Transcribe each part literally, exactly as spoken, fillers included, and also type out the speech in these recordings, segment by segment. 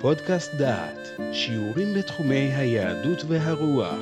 פודקאסט דעת, שיעורים בתחומי היהדות והרוח.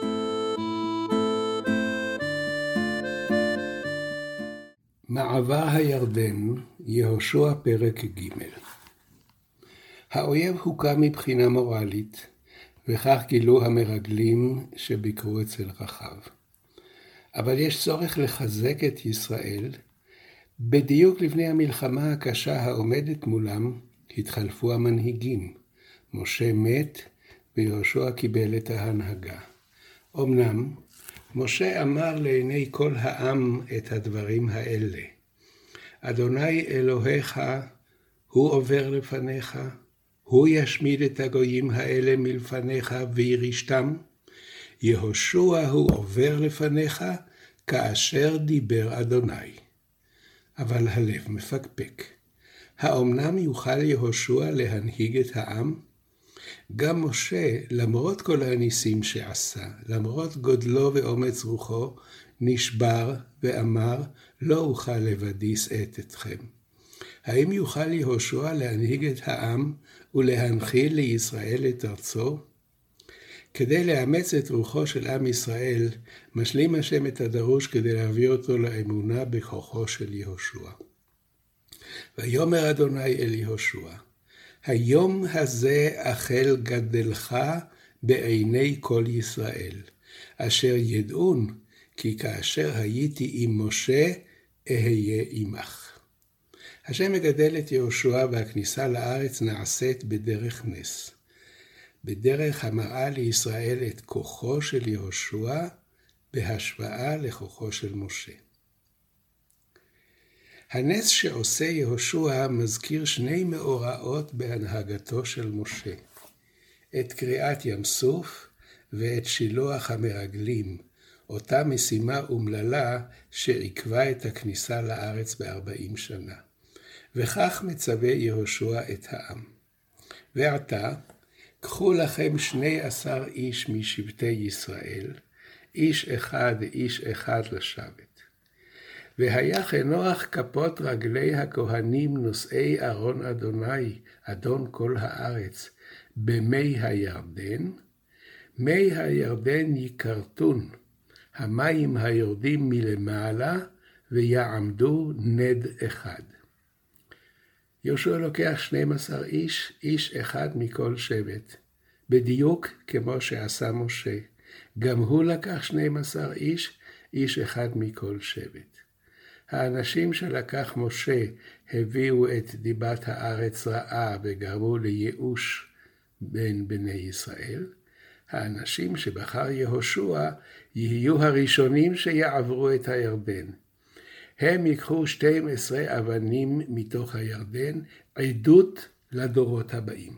מעבר הירדן, יהושע פרק ג'. האויב הוקע מבחינה מורלית, וכך גילו המרגלים שביקרו אצל רחב. אבל יש צורך לחזק את ישראל. בדיוק לפני המלחמה הקשה העומדת מולם, התחלפו המנהיגים. משה מת ויהושע קיבל את ההנהגה. אמנם, משה אמר לעיני כל העם את הדברים האלה. אדוני אלוהיך, הוא עובר לפניך, הוא ישמיד את הגויים האלה מלפניך וירישתם. יהושע הוא עובר לפניך כאשר דיבר אדוני. אבל הלב מפקפק. האומנם יוכל יהושע להנהיג את העם? גם משה, למרות כל הניסים שעשה, למרות גודלו ואומץ רוחו, נשבר ואמר, לא אוכל לבדי שאת אתכם. האם יוכל יהושע להנהיג את העם ולהנחיל לישראל את ארצו? כדי לאמץ את רוחו של עם ישראל, משלים השם את הדרוש כדי להביא אותו לאמונה בכוחו של יהושע. ויאמר אדוני אל יהושע, היום הזה החל גדלך בעיני כל ישראל, אשר ידעון כי כאשר הייתי עם משה, אהיה עמך. השם מגדל את יהושע והכניסה לארץ נעשית בדרך נס. בדרך המראה לישראל את כוחו של יהושע בהשוואה לכוחו של משה. הנס שעושה יהושע מזכיר שני מאורעות בהנהגתו של משה. את קריעת ים סוף ואת שילוח המרגלים, אותה משימה אומללה שעיכבה את הכניסה לארץ בארבעים שנה. וכך מצווה יהושע את העם. ועתה, קחו לכם שני עשר איש משבטי ישראל, איש אחד איש אחד לשבת. והיה כנוח כפות רגלי הכהנים נושאי ארון אדוני, אדון כל הארץ, במי הירדן. מי הירדן יקרתון, המים היורדים מלמעלה, ויעמדו נד אחד. יהושע לוקח שנים עשר איש, איש אחד מכל שבט, בדיוק כמו שעשה משה. גם הוא לקח שנים עשר איש, איש אחד מכל שבט. האנשים שלקח משה הביאו את דיבת הארץ רעה וגרמו לייאוש בין בני ישראל. האנשים שבחר יהושע יהיו הראשונים שיעברו את הירדן. הם ייקחו שתים עשרה אבנים מתוך הירדן, עדות לדורות הבאים.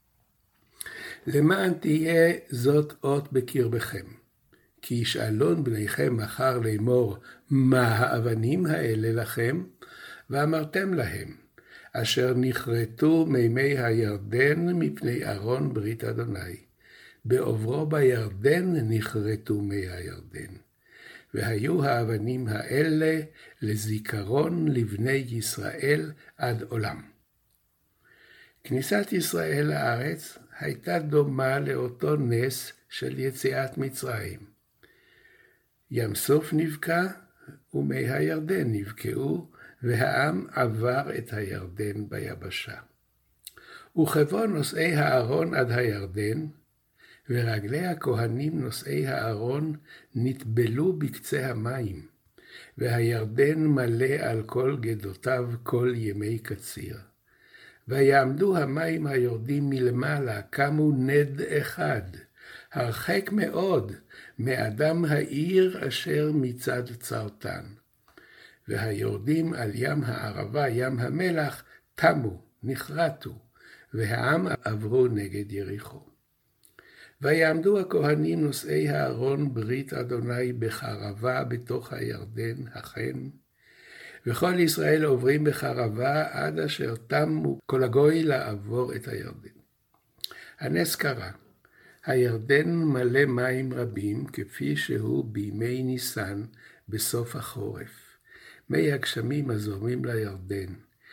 למען תהיה זאת אות בקרבכם. כי ישאלון בניכם מחר לאמור, מה האבנים האלה לכם? ואמרתם להם, אשר נכרתו מימי הירדן מפני ארון ברית אדוני. בעוברו בירדן נכרתו מי הירדן. והיו האבנים האלה לזיכרון לבני ישראל עד עולם. כניסת ישראל לארץ הייתה דומה לאותו נס של יציאת מצרים. ים סוף נבקע ומי הירדן נבקעו, והעם עבר את הירדן ביבשה. וכבוא נושאי הארון עד הירדן, ורגלי הכהנים נושאי הארון נטבלו בקצה המים, והירדן מלא על כל גדותיו כל ימי קציר. ויעמדו המים היורדים מלמעלה, קמו נד אחד, הרחק מאוד מאדם העיר אשר מצד צרתן. והיורדים על ים הערבה, ים המלח, תמו, נחרטו, והעם עברו נגד יריחו. ויעמדו הכהנים נושאי הארון ברית אדוני בחרבה בתוך הירדן, החן, וכל ישראל עוברים בחרבה עד אשר תמו כל הגוי לעבור את הירדן. הנס קרה. הירדן מלא מים רבים כפי שהוא בימי ניסן בסוף החורף. מי הגשמים הזורמים לירדן.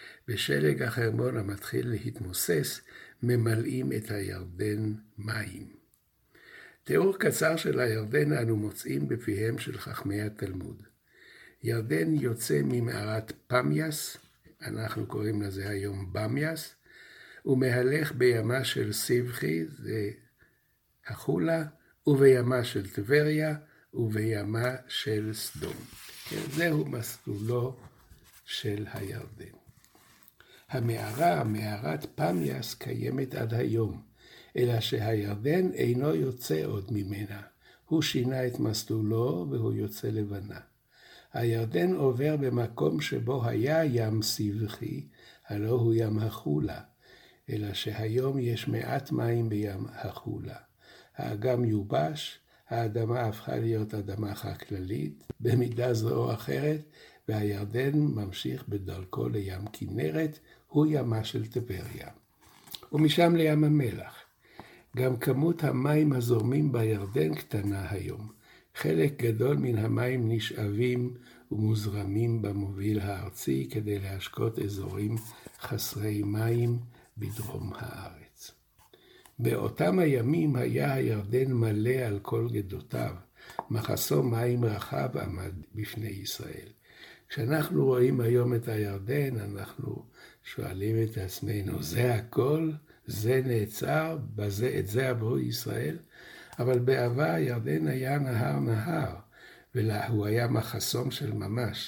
ושלג החרמון המתחיל להתמוסס, ממלאים את הירדן מים. תיאור קצר של הירדן אנו מוצאים בפיהם של חכמי התלמוד. ירדן יוצא ממערת פמיאס, אנחנו קוראים לזה היום במיאס, ומהלך בימה של סבחי, זה החולה, ובימה של טבריה, ובימה של סדום. כן, זהו מסלולו של הירדן. המערה, מערת פמיאס, קיימת עד היום, אלא שהירדן אינו יוצא עוד ממנה. הוא שינה את מסלולו והוא יוצא לבנה. הירדן עובר במקום שבו היה ים סבחי, הלא הוא ים החולה, אלא שהיום יש מעט מים בים החולה. האגם יובש, האדמה הפכה להיות אדמה חקללית, במידה זו או אחרת, והירדן ממשיך בדרכו לים כנרת, הוא ימה של טבריה. ומשם לים המלח. גם כמות המים הזורמים בירדן קטנה היום. חלק גדול מן המים נשאבים ומוזרמים במוביל הארצי כדי להשקות אזורים חסרי מים בדרום הארץ. באותם הימים היה הירדן מלא על כל גדותיו, מחסו מים רחב עמד בפני ישראל. כשאנחנו רואים היום את הירדן, אנחנו שואלים את עצמנו, זה הכל? זה נעצר? בזה, את זה עברו ישראל? אבל בעבר הירדן היה נהר נהר, והוא היה מחסום של ממש.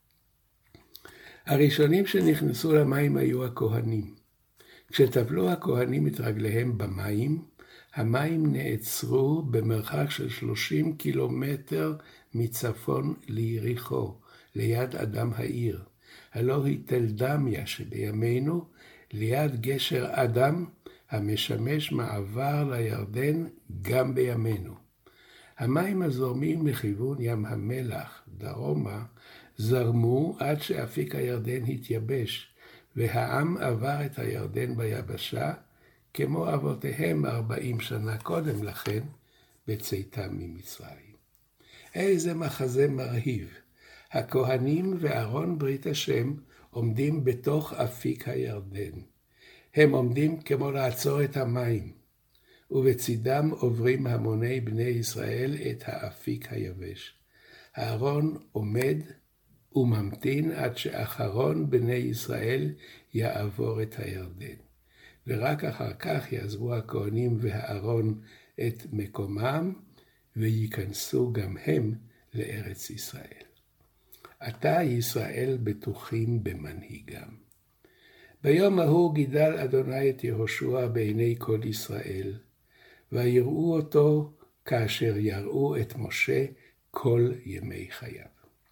הראשונים שנכנסו למים היו הכהנים. כשטבלו הכהנים את רגליהם במים, המים נעצרו במרחק של שלושים קילומטר מצפון ליריחו, ליד אדם העיר. הלא היא תל דמיה שבימינו, ליד גשר אדם, המשמש מעבר לירדן גם בימינו. המים הזורמים לכיוון ים המלח, דרומה, זרמו עד שאפיק הירדן התייבש, והעם עבר את הירדן ביבשה, כמו אבותיהם ארבעים שנה קודם לכן, בצאתם ממצרים. איזה מחזה מרהיב. הכהנים וארון ברית השם עומדים בתוך אפיק הירדן. הם עומדים כמו לעצור את המים, ובצידם עוברים המוני בני ישראל את האפיק היבש. הארון עומד וממתין עד שאחרון בני ישראל יעבור את הירדן. ורק אחר כך יעזבו הכהנים והארון את מקומם, וייכנסו גם הם לארץ ישראל. עתה ישראל בטוחים במנהיגם. ביום ההוא גידל אדוני את יהושע בעיני כל ישראל, ויראו אותו כאשר יראו את משה כל ימי חייו.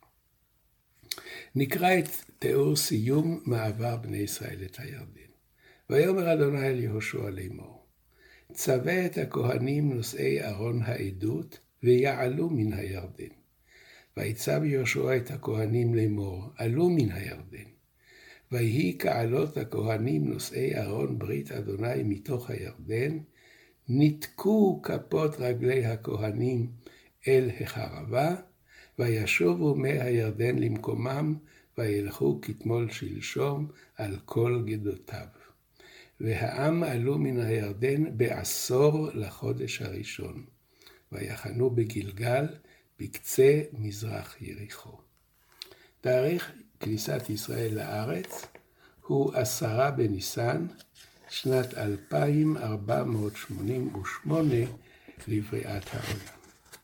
נקרא את תיאור סיום מעבר בני ישראל את הירדן. ויאמר אדוני אל יהושע לאמור, צווה את הכהנים נושאי ארון העדות, ויעלו מן הירדן. ויצב יהושע את הכהנים לאמור, עלו מן הירדן. ויהי כעלות הכהנים נושאי ארון ברית אדוני מתוך הירדן, נתקו כפות רגלי הכהנים אל החרבה, וישובו מי הירדן למקומם, וילכו כתמול שלשום על כל גדותיו. והעם עלו מן הירדן בעשור לחודש הראשון, ויחנו בגלגל בקצה מזרח יריחו. תאריך כניסת ישראל לארץ הוא עשרה בניסן, שנת אלפיים ארבע מאות שמונים ושמונה לבריאת העולם.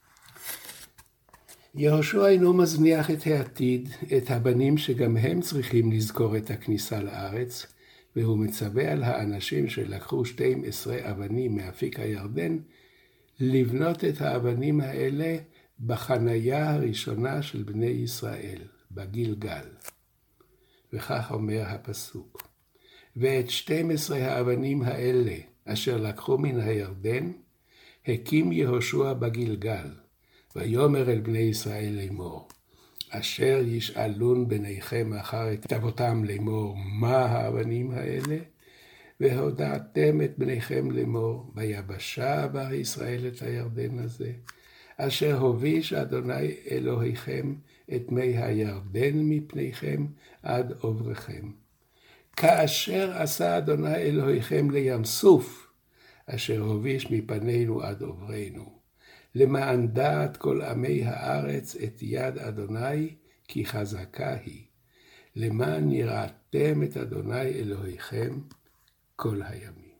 יהושע אינו מזניח את העתיד, את הבנים שגם הם צריכים לזכור את הכניסה לארץ, והוא מצווה על האנשים שלקחו שתים עשרה אבנים מאפיק הירדן, לבנות את האבנים האלה בחנייה הראשונה של בני ישראל, בגלגל. וכך אומר הפסוק, ואת שתים עשרה האבנים האלה, אשר לקחו מן הירדן, הקים יהושע בגלגל, ויאמר אל בני ישראל לאמור, אשר ישאלון בניכם אחר את אבותם לאמור, מה האבנים האלה? והודעתם את בניכם לאמור, ביבשה עבר ישראל את הירדן הזה, אשר הוביש אדוני אלוהיכם את מי הירדן מפניכם עד עוברכם. כאשר עשה אדוני אלוהיכם לים סוף, אשר הוביש מפנינו עד עוברנו, למען דעת כל עמי הארץ את יד אדוני, כי חזקה היא, למען יראתם את אדוני אלוהיכם כל הימים.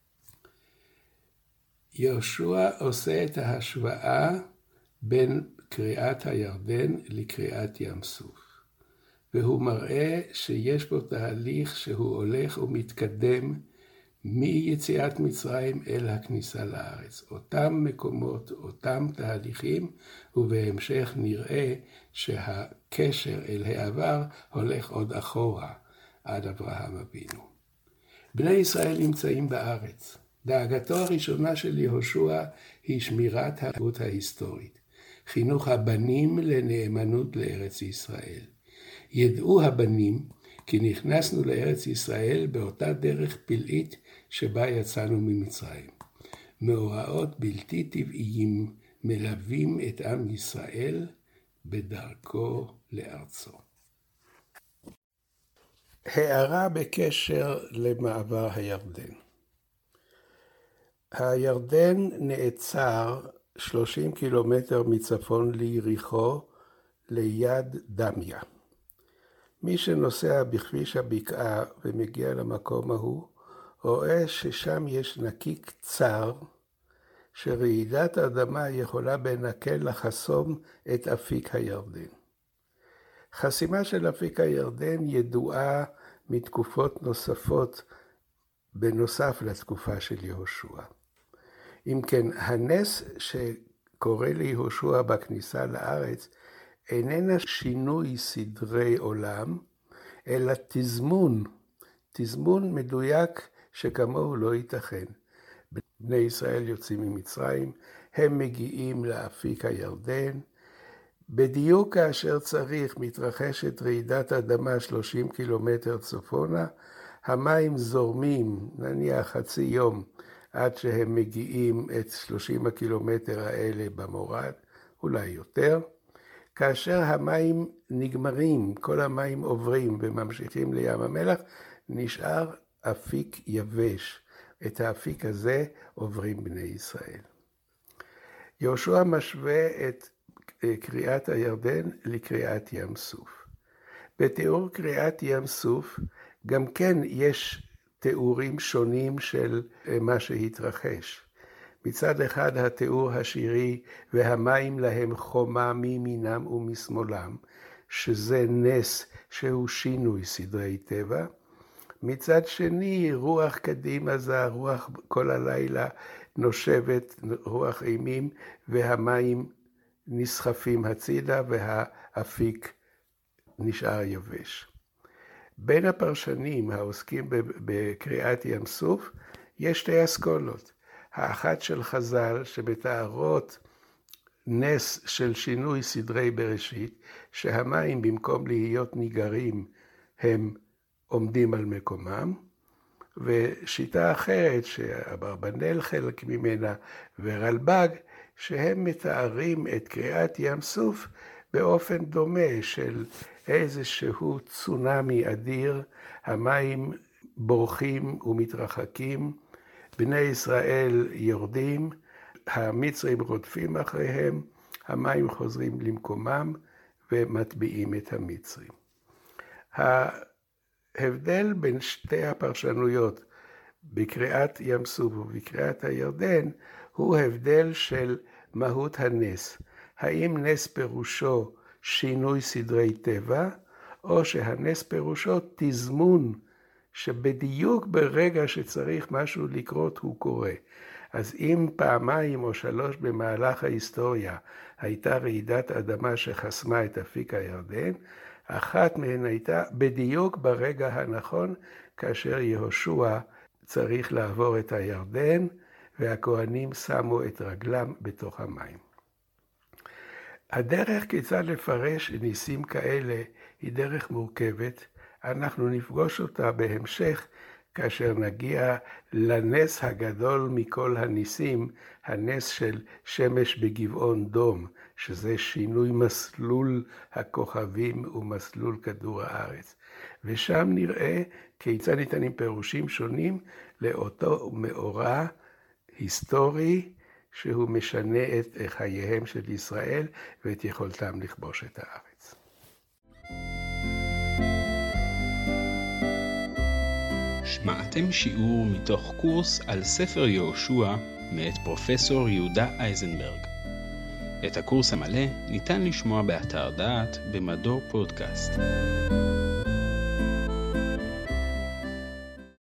יהושע עושה את ההשוואה בין קריאת הירדן לקריאת ים סוף, והוא מראה שיש בו תהליך שהוא הולך ומתקדם מיציאת מצרים אל הכניסה לארץ. אותם מקומות, אותם תהליכים, ובהמשך נראה שהקשר אל העבר הולך עוד אחורה עד אברהם אבינו. בני ישראל נמצאים בארץ. דאגתו הראשונה של יהושע היא שמירת ההגות ההיסטורית, חינוך הבנים לנאמנות לארץ ישראל. ידעו הבנים כי נכנסנו לארץ ישראל באותה דרך פלאית שבה יצאנו ממצרים. מאורעות בלתי טבעיים מלווים את עם ישראל בדרכו לארצו. הערה בקשר למעבר הירדן. הירדן נעצר שלושים קילומטר מצפון ליריחו ליד דמיה. מי שנוסע בכביש הבקעה ומגיע למקום ההוא, רואה ששם יש נקיק צר, שרעידת האדמה יכולה בנקל לחסום את אפיק הירדן. חסימה של אפיק הירדן ידועה מתקופות נוספות, בנוסף לתקופה של יהושע. אם כן, הנס שקורה ליהושע בכניסה לארץ, איננה שינוי סדרי עולם, אלא תזמון, תזמון מדויק שכמוהו לא ייתכן. בני ישראל יוצאים ממצרים, הם מגיעים לאפיק הירדן, בדיוק כאשר צריך מתרחשת רעידת אדמה שלושים קילומטר צפונה, המים זורמים, נניח חצי יום, עד שהם מגיעים את שלושים הקילומטר האלה במורד, אולי יותר. כאשר המים נגמרים, כל המים עוברים וממשיכים לים המלח, נשאר אפיק יבש. את האפיק הזה עוברים בני ישראל. יהושע משווה את קריאת הירדן לקריאת ים סוף. בתיאור קריאת ים סוף גם כן יש תיאורים שונים של מה שהתרחש. מצד אחד התיאור השירי והמים להם חומה מימינם ומשמאלם, שזה נס שהוא שינוי סדרי טבע. מצד שני רוח קדימה זה רוח כל הלילה נושבת, רוח אימים, והמים נסחפים הצידה והאפיק נשאר יבש. בין הפרשנים העוסקים בקריאת ים סוף יש שתי אסכולות. האחת של חז"ל שמתארות נס של שינוי סדרי בראשית, שהמים במקום להיות ניגרים הם עומדים על מקומם, ושיטה אחרת שאברבנאל חלק ממנה ורלב"ג, שהם מתארים את קריאת ים סוף באופן דומה של איזשהו צונמי אדיר, המים בורחים ומתרחקים, בני ישראל יורדים, המצרים רודפים אחריהם, המים חוזרים למקומם ומטביעים את המצרים. ההבדל בין שתי הפרשנויות בקריאת ים סוף ובקריאת הירדן הוא הבדל של מהות הנס. האם נס פירושו שינוי סדרי טבע, או שהנס פירושו תזמון, שבדיוק ברגע שצריך משהו לקרות הוא קורה. אז אם פעמיים או שלוש במהלך ההיסטוריה הייתה רעידת אדמה שחסמה את אפיק הירדן, אחת מהן הייתה בדיוק ברגע הנכון, כאשר יהושע צריך לעבור את הירדן, והכהנים שמו את רגלם בתוך המים. הדרך כיצד לפרש ניסים כאלה היא דרך מורכבת. אנחנו נפגוש אותה בהמשך כאשר נגיע לנס הגדול מכל הניסים, הנס של שמש בגבעון דום, שזה שינוי מסלול הכוכבים ומסלול כדור הארץ. ושם נראה כיצד ניתנים פירושים שונים לאותו מאורע היסטורי, שהוא משנה את חייהם של ישראל ואת יכולתם לכבוש את הארץ. שמעתם שיעור מתוך קורס על ספר יהושע מאת פרופסור יהודה אייזנברג. את הקורס המלא ניתן לשמוע באתר דעת במדור פודקאסט.